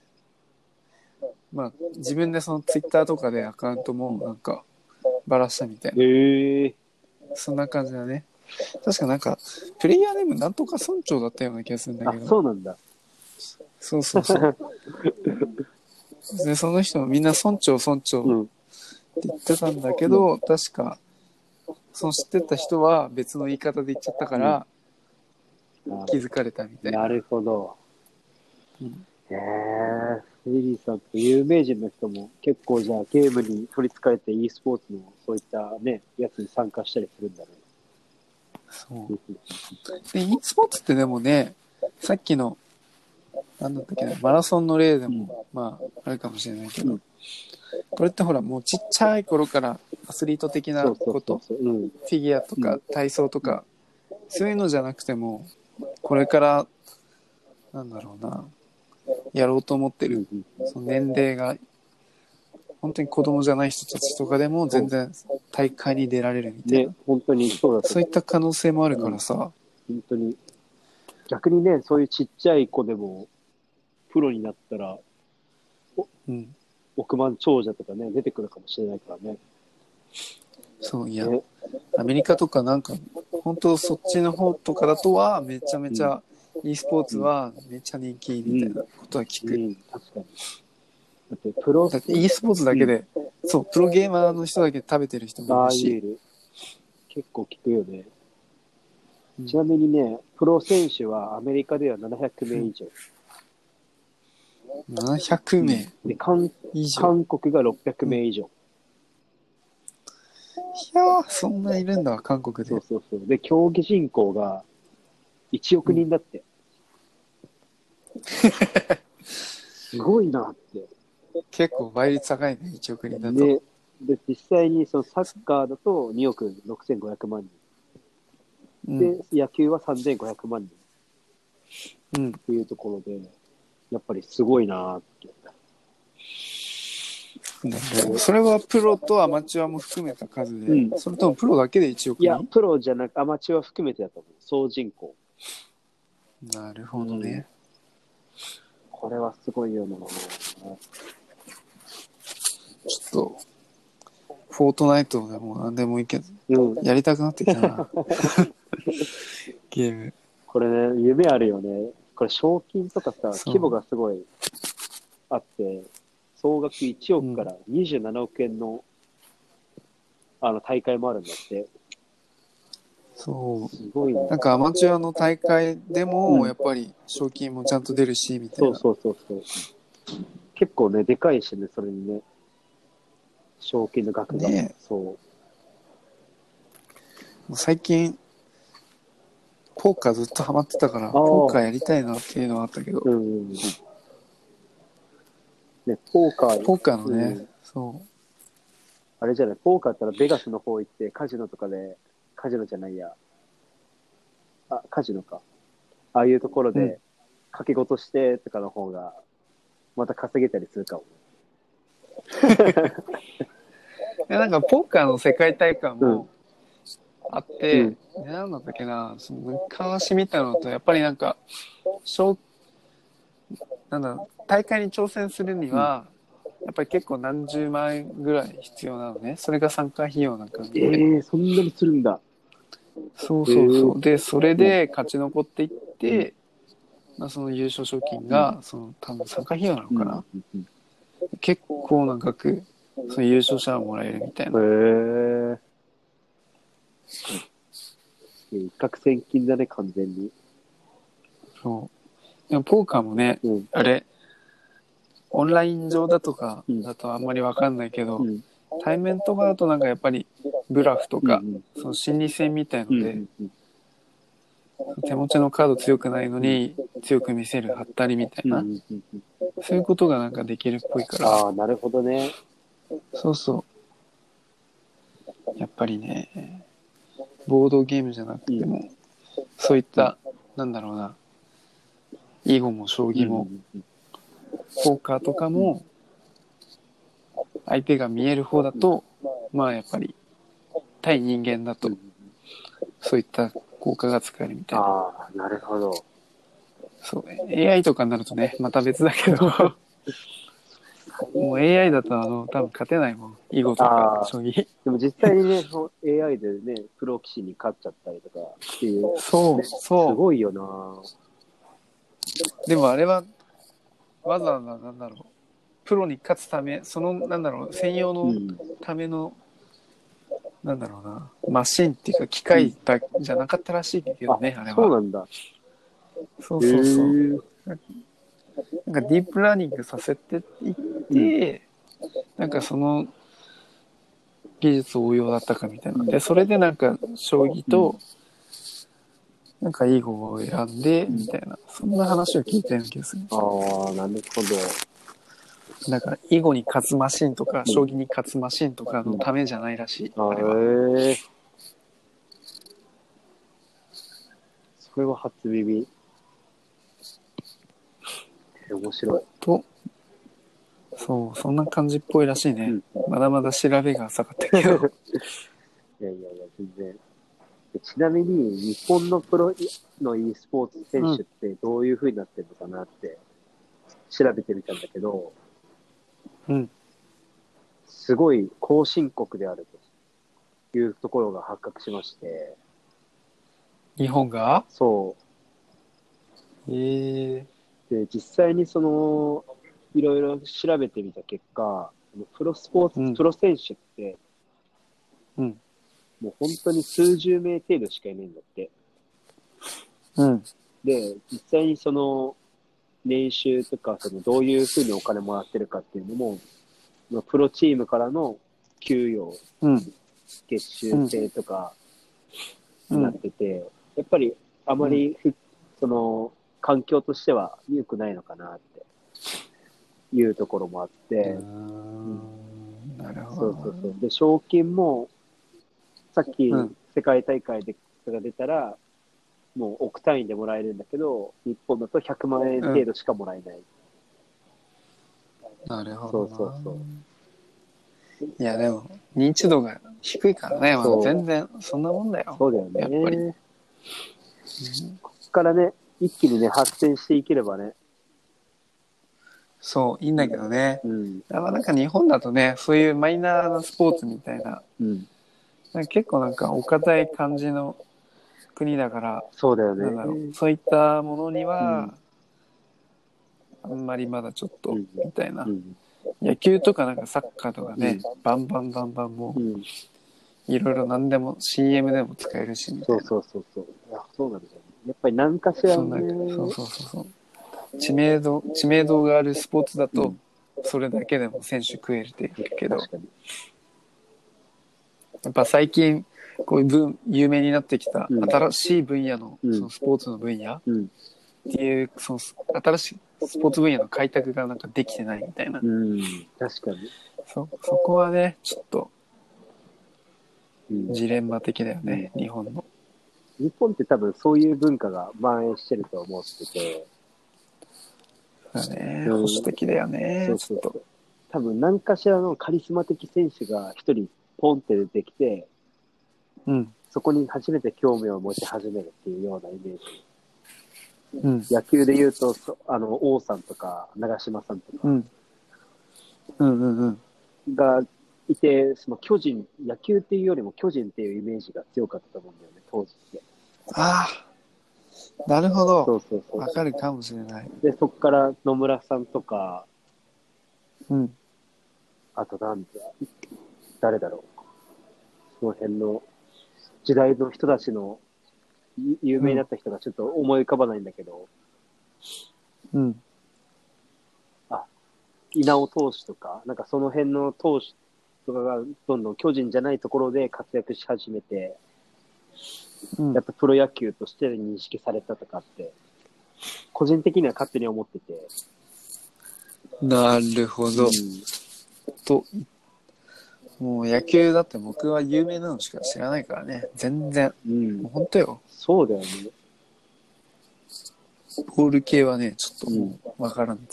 まあ、自分でそのツイッターとかでアカウントもなんかバラしたみたいな。そんな感じだね。確かなんか、プレイヤーネームなんとか村長だったような気がするんだけど。 そうなんだ。 そうそうそう。で、その人もみんな村長って言ってたんだけど、確か、その知ってた人は別の言い方で言っちゃったから、気づかれたみたいな。 なるほど。へえ、エリーさんって有名人の人も結構じゃあゲームに取り憑かれて e スポーツのそういったね、やつに参加したりするんだね。 そう。で、e スポーツってでもね、さっきの、なんだったっけな、マラソンの例でも、まあ、あるかもしれないけど、これってほら、もうちっちゃい頃からアスリート的なこと、フィギュアとか体操とか、そういうのじゃなくても、これから、なんだろうな、やろうと思ってる、その年齢が、本当に子供じゃない人たちとかでも全然大会に出られるみたいな。 本当にそうだ。 そういった可能性もあるからさ。 本当に。逆にね、そういうちっちゃい子でも、プロになったら、億万長者とかね、出てくるかもしれないからね。 そう、いや、アメリカとかなんか、本当そっちの方とかだとは、めちゃめちゃ、e スポーツはめっちゃ人気みたいなことは聞く。 確かに。だって e スポーツだけで、そう、プロゲーマーの人だけで食べてる人もいるし。 結構聞くよね。ちなみにね、プロ選手はアメリカでは700名以上。 700名、 で韓国が600名以上。 いやー、そんないるんだ、韓国で。 そう。で、競技人口が1億人だって。 すごいなって。 結構倍率高いね、1億人だと。 ね。で、実際にそのサッカーだと2億6500万人。で、野球は3500万人っていうところで、やっぱりすごいなって。 それはプロとアマチュアも含めた数で、それともプロだけで1億人？ いや、プロじゃなくアマチュア含めてだと思う。総人口。 なるほどね。 これはすごいよな。 ちょっと、フォートナイトでも何でもいいけど、やりたくなってきたな。ゲーム。 これね、夢あるよね。これ賞金とかさ、規模がすごいあって、総額1億から27億円の、大会もあるんだって。 そう。 すごいね。 なんかアマチュアの大会でも、やっぱり賞金もちゃんと出るし、みたいな。 そう。結構ね、でかいしね、それにね。賞金の額が。 ね、 そう。もう最近、ポーカーずっとハマってたから、ポーカーやりたいなっていうのはあったけど。 ね、ポーカーのね、そう。 あれじゃない、ポーカーだったらベガスの方行って、カジノとかで、カジノじゃないや。カジノか。ああいうところで、掛け事してとかの方が、また稼げたりするかも。 なんか、ポーカーの世界大会もあって、なんだったっけな、その昔見たのと、やっぱりなんか、大会に挑戦するには、やっぱり結構何十万円ぐらい必要なのね。それが参加費用なんかで。 そんなにするんだ。 そう。で、それで勝ち残っていって、その優勝賞金が、多分参加費用なのかな。結構な額、その優勝者はもらえるみたいな。 一攫千金だね、完全に。 そう。でも、ポーカーもね、あれ、オンライン上だとかだとあんまりわかんないけど、対面とかだとなんかやっぱりブラフとか、その心理戦みたいので、手持ちのカード強くないのに強く見せるハッタリみたいな、そういうことがなんかできるっぽいから。 ああ、なるほどね。 そう。やっぱりね、ボードゲームじゃなくても、そういった、なんだろうな、囲碁も将棋も、ポーカーとかも、相手が見える方だと、まあやっぱり、対人間だと、そういった効果が使えるみたいな。 ああ、なるほど。 そうね。AI とかになるとね、また別だけど、もう AI だと多分勝てないもん。囲碁とか将棋。 でも実際にね、AI でね、プロ棋士に勝っちゃったりとかっていう。 そう。 すごいよな。 でもあれは、わざわざなんだろう。プロに勝つため、専用のための、なんだろうな、マシンっていうか機械じゃなかったらしいけどね、あれは。 そうなんだ。 そう。なんかディープラーニングさせていって、なんかその技術応用だったかみたいな。で、それでなんか将棋と、なんか囲碁を選んで、みたいな、そんな話を聞いてる気がする。 ああ、なるほど。 だから囲碁に勝つマシンとか、将棋に勝つマシンとかのためじゃないらしい。あれは。 それは初耳。面白い。 そう、そんな感じっぽいらしいね。まだまだ調べが浅かったけど。 いや、全然。ちなみに、日本のプロの e スポーツ選手ってどういう風になってるのかなって調べてみたんだけど、すごい後進国であるというところが発覚しまして。 日本が？ そう。で、実際にいろいろ調べてみた結果、プロ選手って、もう本当に数十名程度しかいないんだって。で、実際に年収とか、どういうふうにお金もらってるかっていうのも、プロチームからの給与、月収制とか、なってて、やっぱりあまり、環境としては良くないのかなって。 いうところもあって、 なるほど。 そうそうそう。で、賞金も、さっき世界大会でが出たら、もう億単位でもらえるんだけど、日本だと100万円程度しかもらえない。 なるほそどな。 うそうそう。 いや、でも、認知度が低いからね、まだ全然、そんなもんだよ。 そうだよね。 やっぱり。 こっからね、一気にね、発展していければね。 そう、いいんだけどね。 うん。 なんか日本だとね、そういうマイナーなスポーツみたいな、 うん。 なんか結構なんかお堅い感じの国だから、 そうだよなんだろう、 ね。 そういったものにうはん、 あんまりまだちょっと、 うん、 みたいな。 うん、 野球とかなんかサッカーとかね、 うん、 バンバンバンバンもうん。 う、いろいろ何でも CM でも使えるし、みたいな。 そうそうそうそう。いや、そうなんだよね。やっぱり何かしらそんな、そうね、 そうそうそう。知名度があるスポーツだと、 うん、 それだけでも選手食えるっていくけど、 確かに。 やっぱ最近、こういう有名になってきたうん、 新しい分野の、 うん、 そのスポーツの分野っうん、 ていう、その新しいスポーツ分野の開拓がなんかできてないみたいな。 うん、確かに。 そこはね、ちょっとうん、 ジレンマ的だようん。 ね、日本の。 日本って多分そういう文化が蔓延してると思ってて、 だね、 うん、 保守的だよね、ちょっと。 そうそうそう。多分何かしらのカリスマ的選手が一人ポンって出てきて、 うん。 そこに初めて興味を持ち始めるっていうようなイメージ。 うん。 野球で言うと、王さんとか、長嶋さんとかうん。うんうんうん。 がいて、その巨人、野球っていうよりも巨人っていうイメージが強かったと思うんだよね、当時って。 ああ、なるほど。 そうそうそう。 わかるかもしれない。 で、そこから野村さんとか、 うん。 あとなんだ、誰だろう。その辺の時代の人たちの有名になった人がちょっと思い浮かばないんだけど、 うん。 あ、稲尾投手とか、なんかその辺の投手とかがどんどん巨人じゃないところで活躍し始めて、 うん。 やっぱプロ野球として認識されたとかって、個人的には勝手に思ってて。 なるほど。 うん、 と、もう野球だって僕は有名なのしか知らないからね。全然。 うん、 もう本当よ。 そうだよね。 ボール系はね、ちょっとうん、 もうわからんです。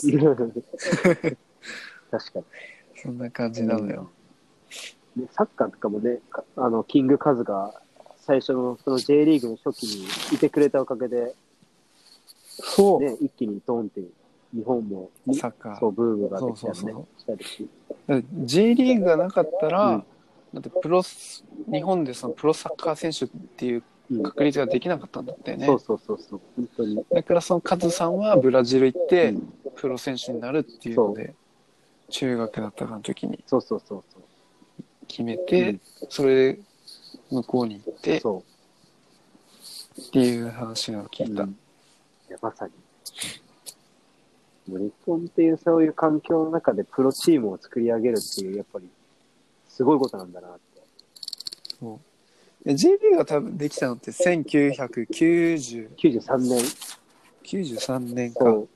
確かそんな感じに、 なのよ。 でサッカーとかもね、キングカズが最初のその J リーグの初期にいてくれたおかげで、 そう。 ね、一気にドンって日本もサッカー。 そうブームができたりね、 そうそうそう。 したりし。 だって J リーグがなかったら、 うんだって日本でそのプロサッカー選手っていううん、 確率ができなかったんだってね。 そうそうそうそう、本当に。 だからそのカズさんはブラジル行ってうん、 プロ選手になるっていうそうので、中学だったかの時にそうそうそうそう。 決めうてん、 それで向こうに行ってそっていう話を聞う、 いた。 いやまさに。もう日本っていうそういう環境の中でプロチームを作り上げるっていう、やっぱり、すごいことなんだなって。 そう。J リーグが多分できたのって1990 93年。 93年か。 そう。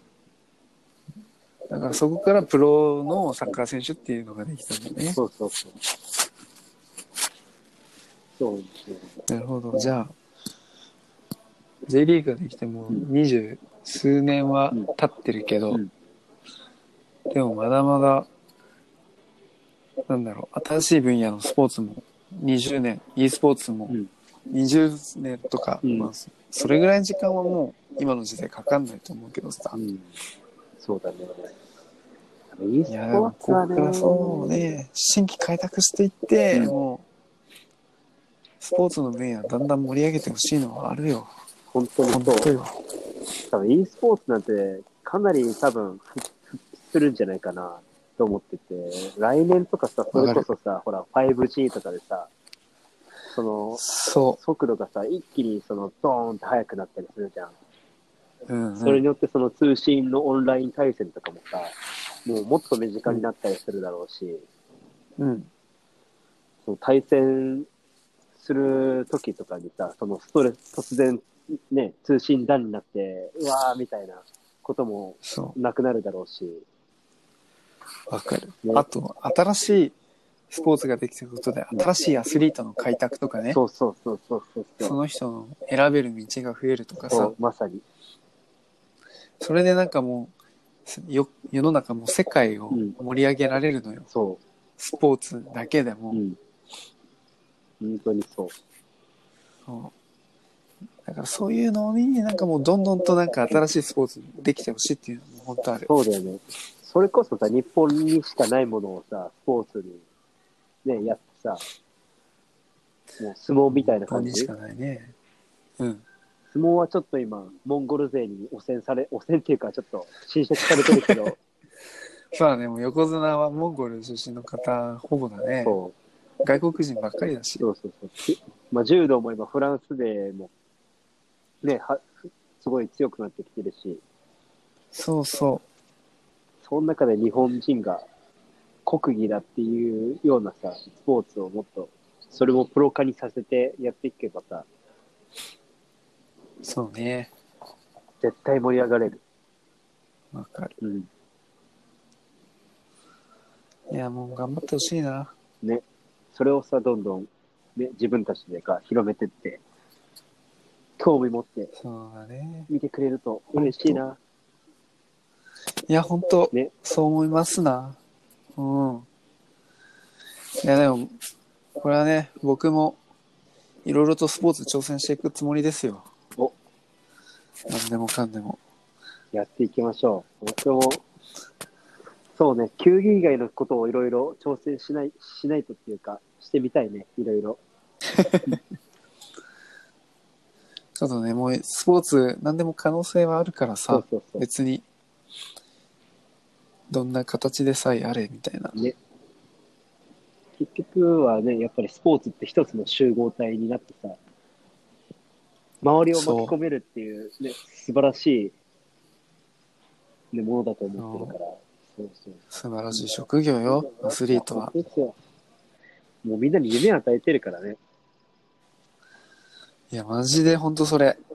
だからそこからプロのサッカー選手っていうのができたんだね。 そうそうそう。そうですね。 なるほど。じゃあ、J リーグができても二十数年は経ってるけど、 うん、 でもまだまだ、なんだろう、新しい分野のスポーツも20年、e スポーツもうん、 20年とか、 うん、 まあ、それぐらいの時間はもう今の時代かかんないと思うけどさ。 うん。そうだね。e スいや、 ポーツはね、 ここからそうね、新規開拓していって、 うんもう、スポーツの分野だんだん盛り上げてほしいのはあるよ。 本当にそう。 本当よ。 多分 e スポーツなんてかなり多分復帰するんじゃないかなと思ってて、来年とかさ、それこそさ、ほら 5G とかでさ、そのそ速度がさ、一気にそのドーンって速くなったりするじゃん。 う。うんうん、 それによってその通信のオンライン対戦とかもさ、もうもっと身近になったりするだろうし、 うん。 その対戦する時とかにさ、そのストレス、突然ね、通信断になって、うわーみたいなこともそなくなるだろうし、 わかる。 ねあと、新しいスポーツができてることで、新しいアスリートの開拓とかね、 そうそうそうそうそうその人の選べる道が増えるとかさ、 まさに。 それでなんかもう、世の中も世界を盛り上げられるのよ。 そスポーツだけでも。 う。本当にそう。 そうだからそういうのになんかもうどんどんとなんか新しいスポーツできてほしいっていうのも本当ある。 そうだよね。それこそさ、日本にしかないものをさ、スポーツにね、やってさ、もう相撲みたいな感じ。 日本にしかないね。うん。 相撲はちょっと今、モンゴル勢に汚染っていうかちょっと侵食されてるけど、 まあね、もう横綱はモンゴル出身の方、ほぼだね。外国人ばっかりだし。 そう。まあ、柔道も今、フランスでも、ね、すごい強くなってきてるし、 そうそその中で日本人が国技だっていうようなさ、スポーツをもっと、それもプロ化にさせてやっていけばさ、 う。そうね。 絶対盛り上がれる。 わかる。 うん。 いや、もう頑張ってほしいな。 ね。それをさ、どんどん、ね、自分たちで広めてって、興味持ってそうだね。 見てくれると嬉しいな。 いや、本当、 ね。 そう思いますな。うん。いや、でも、これはね、僕もいろいろとスポーツ挑戦していくつもりですよ。 お、 何でもかんでも。 やっていきましょう。僕も、そうね、球技以外のことをいろいろ挑戦しないとっていうか、してみたいね、いろいろ。 ちょっとね、もうスポーツ何でも可能性はあるからさ、 そう別にどんな形でさえあれみたいな。 ね。結局はね、やっぱりスポーツって一つの集合体になってさ、周りを巻き込めるっていうね、素晴らしい、ね、ものだと思ってるから。そう素晴らしい職業よ、アスリートは。 そうですよ。もうみんなに夢与えてるからね。 いや、マジでほんとそれ。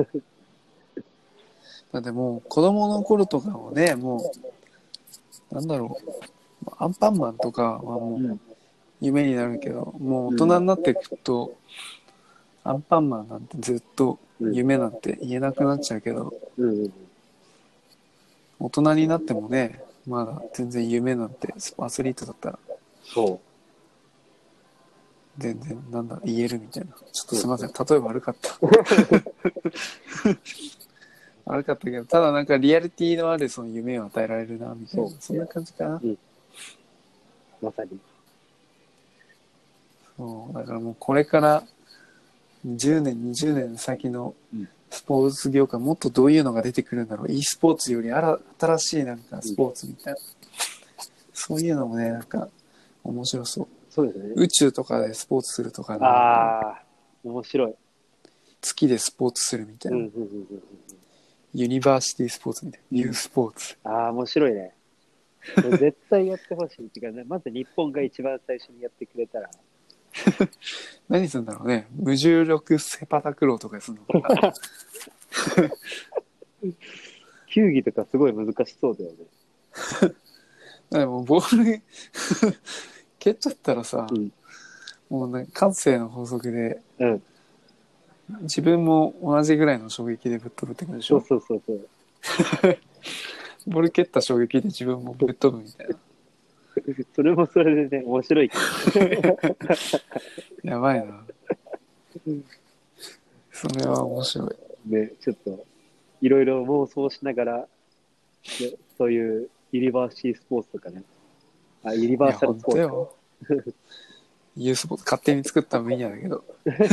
だってもう子供の頃とかもね、もう、なんだろう、アンパンマンとかはもう夢になるけど、もう大人になっていくと、アンパンマンなんてずっと夢なんて言えなくなっちゃうけど、大人になってもね、まだ全然夢なんて、アスリートだったら、 そう。 全然、なんだ、言えるみたいな。ちょっとすいません、例えば悪かった。悪かったけど、ただなんかリアリティのあるその夢を与えられるな、みたいな。そんな感じかな。 まさに。 そう、だからもうこれから10年、20年先のスポーツ業界、もっとどういうのが出てくるんだろう。e スポーツより新しいなんかスポーツみたいな。そういうのもね、なんか面白そう。 そうですね。 宇宙とかでスポーツするとか、 ああ、面白い。 月でスポーツするみたいな。ユニバーシティスポーツみたいな。U スポーツ。 ああ、面白いね。絶対やってほしいっていうかね、まず日本が一番最初にやってくれたら。 何するんだろうね。無重力セパタクローとかするのかな。 球技とかすごい難しそうだよね。 でもボール蹴っちゃったらさ、もうね、感性の法則で、自分も同じぐらいの衝撃でぶっ飛ぶってことでしょ。 そう。 ボール蹴った衝撃で自分もぶっ飛ぶみたいな。 それもそれでね、面白いけど。 やばいな。それは面白い。 ね、ちょっと、いろいろ妄想しながら、ね、そういうユニバーシティスポーツとかね。ユニバーサルスポーツ。 ユースポーツ勝手に作った分野だけど。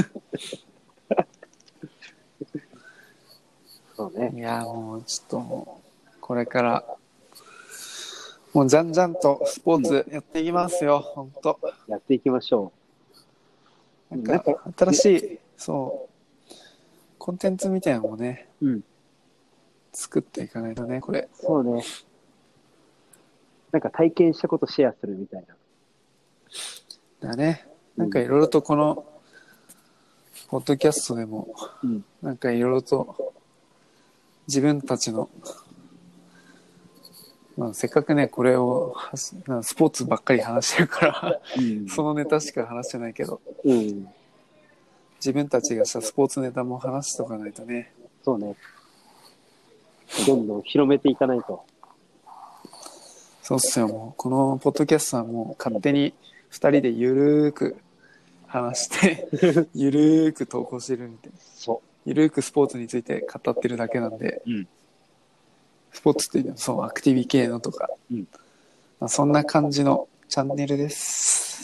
そうね。 いや、もうちょっともう、これから、もうじゃんじゃんとスポーツやっていきますよ、ほんと。 やっていきましょう。なんか、新しい、そう、コンテンツみたいなのもね、作っていかないとね、これ。 そうね。なんか体験したことシェアするみたいな。 だね。なんかいろいろとこの、ポッドキャストでも、なんかいろいろと、自分たちのまあ、せっかくね、これをスポーツばっかり話してるからうんそのネタしか話してないけど、 うん。 自分たちがしたスポーツネタも話しとかないとね。 そうね。どんどん広めていかないと。 そうっすよ、もう。このポッドキャストはもう勝手に2人でゆるーく話してゆるーく投稿してるみたいな。 そゆるーくスポーツについて語ってるだけなんで、 う。うん。 スポーツっていうのはそう、アクティビ系のとか、 うんまあ、そんな感じのチャンネルです。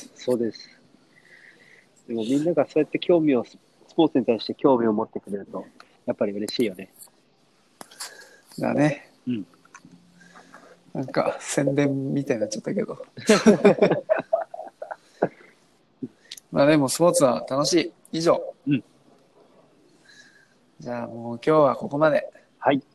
そうです。でもみんながそうやってスポーツに対して興味を持ってくれると、やっぱり嬉しいよね。 だね。 うん。 なんか宣伝みたいになっちゃったけど。まあでもスポーツは楽しい。以上。 うん。 じゃあもう今日はここまで。 はい。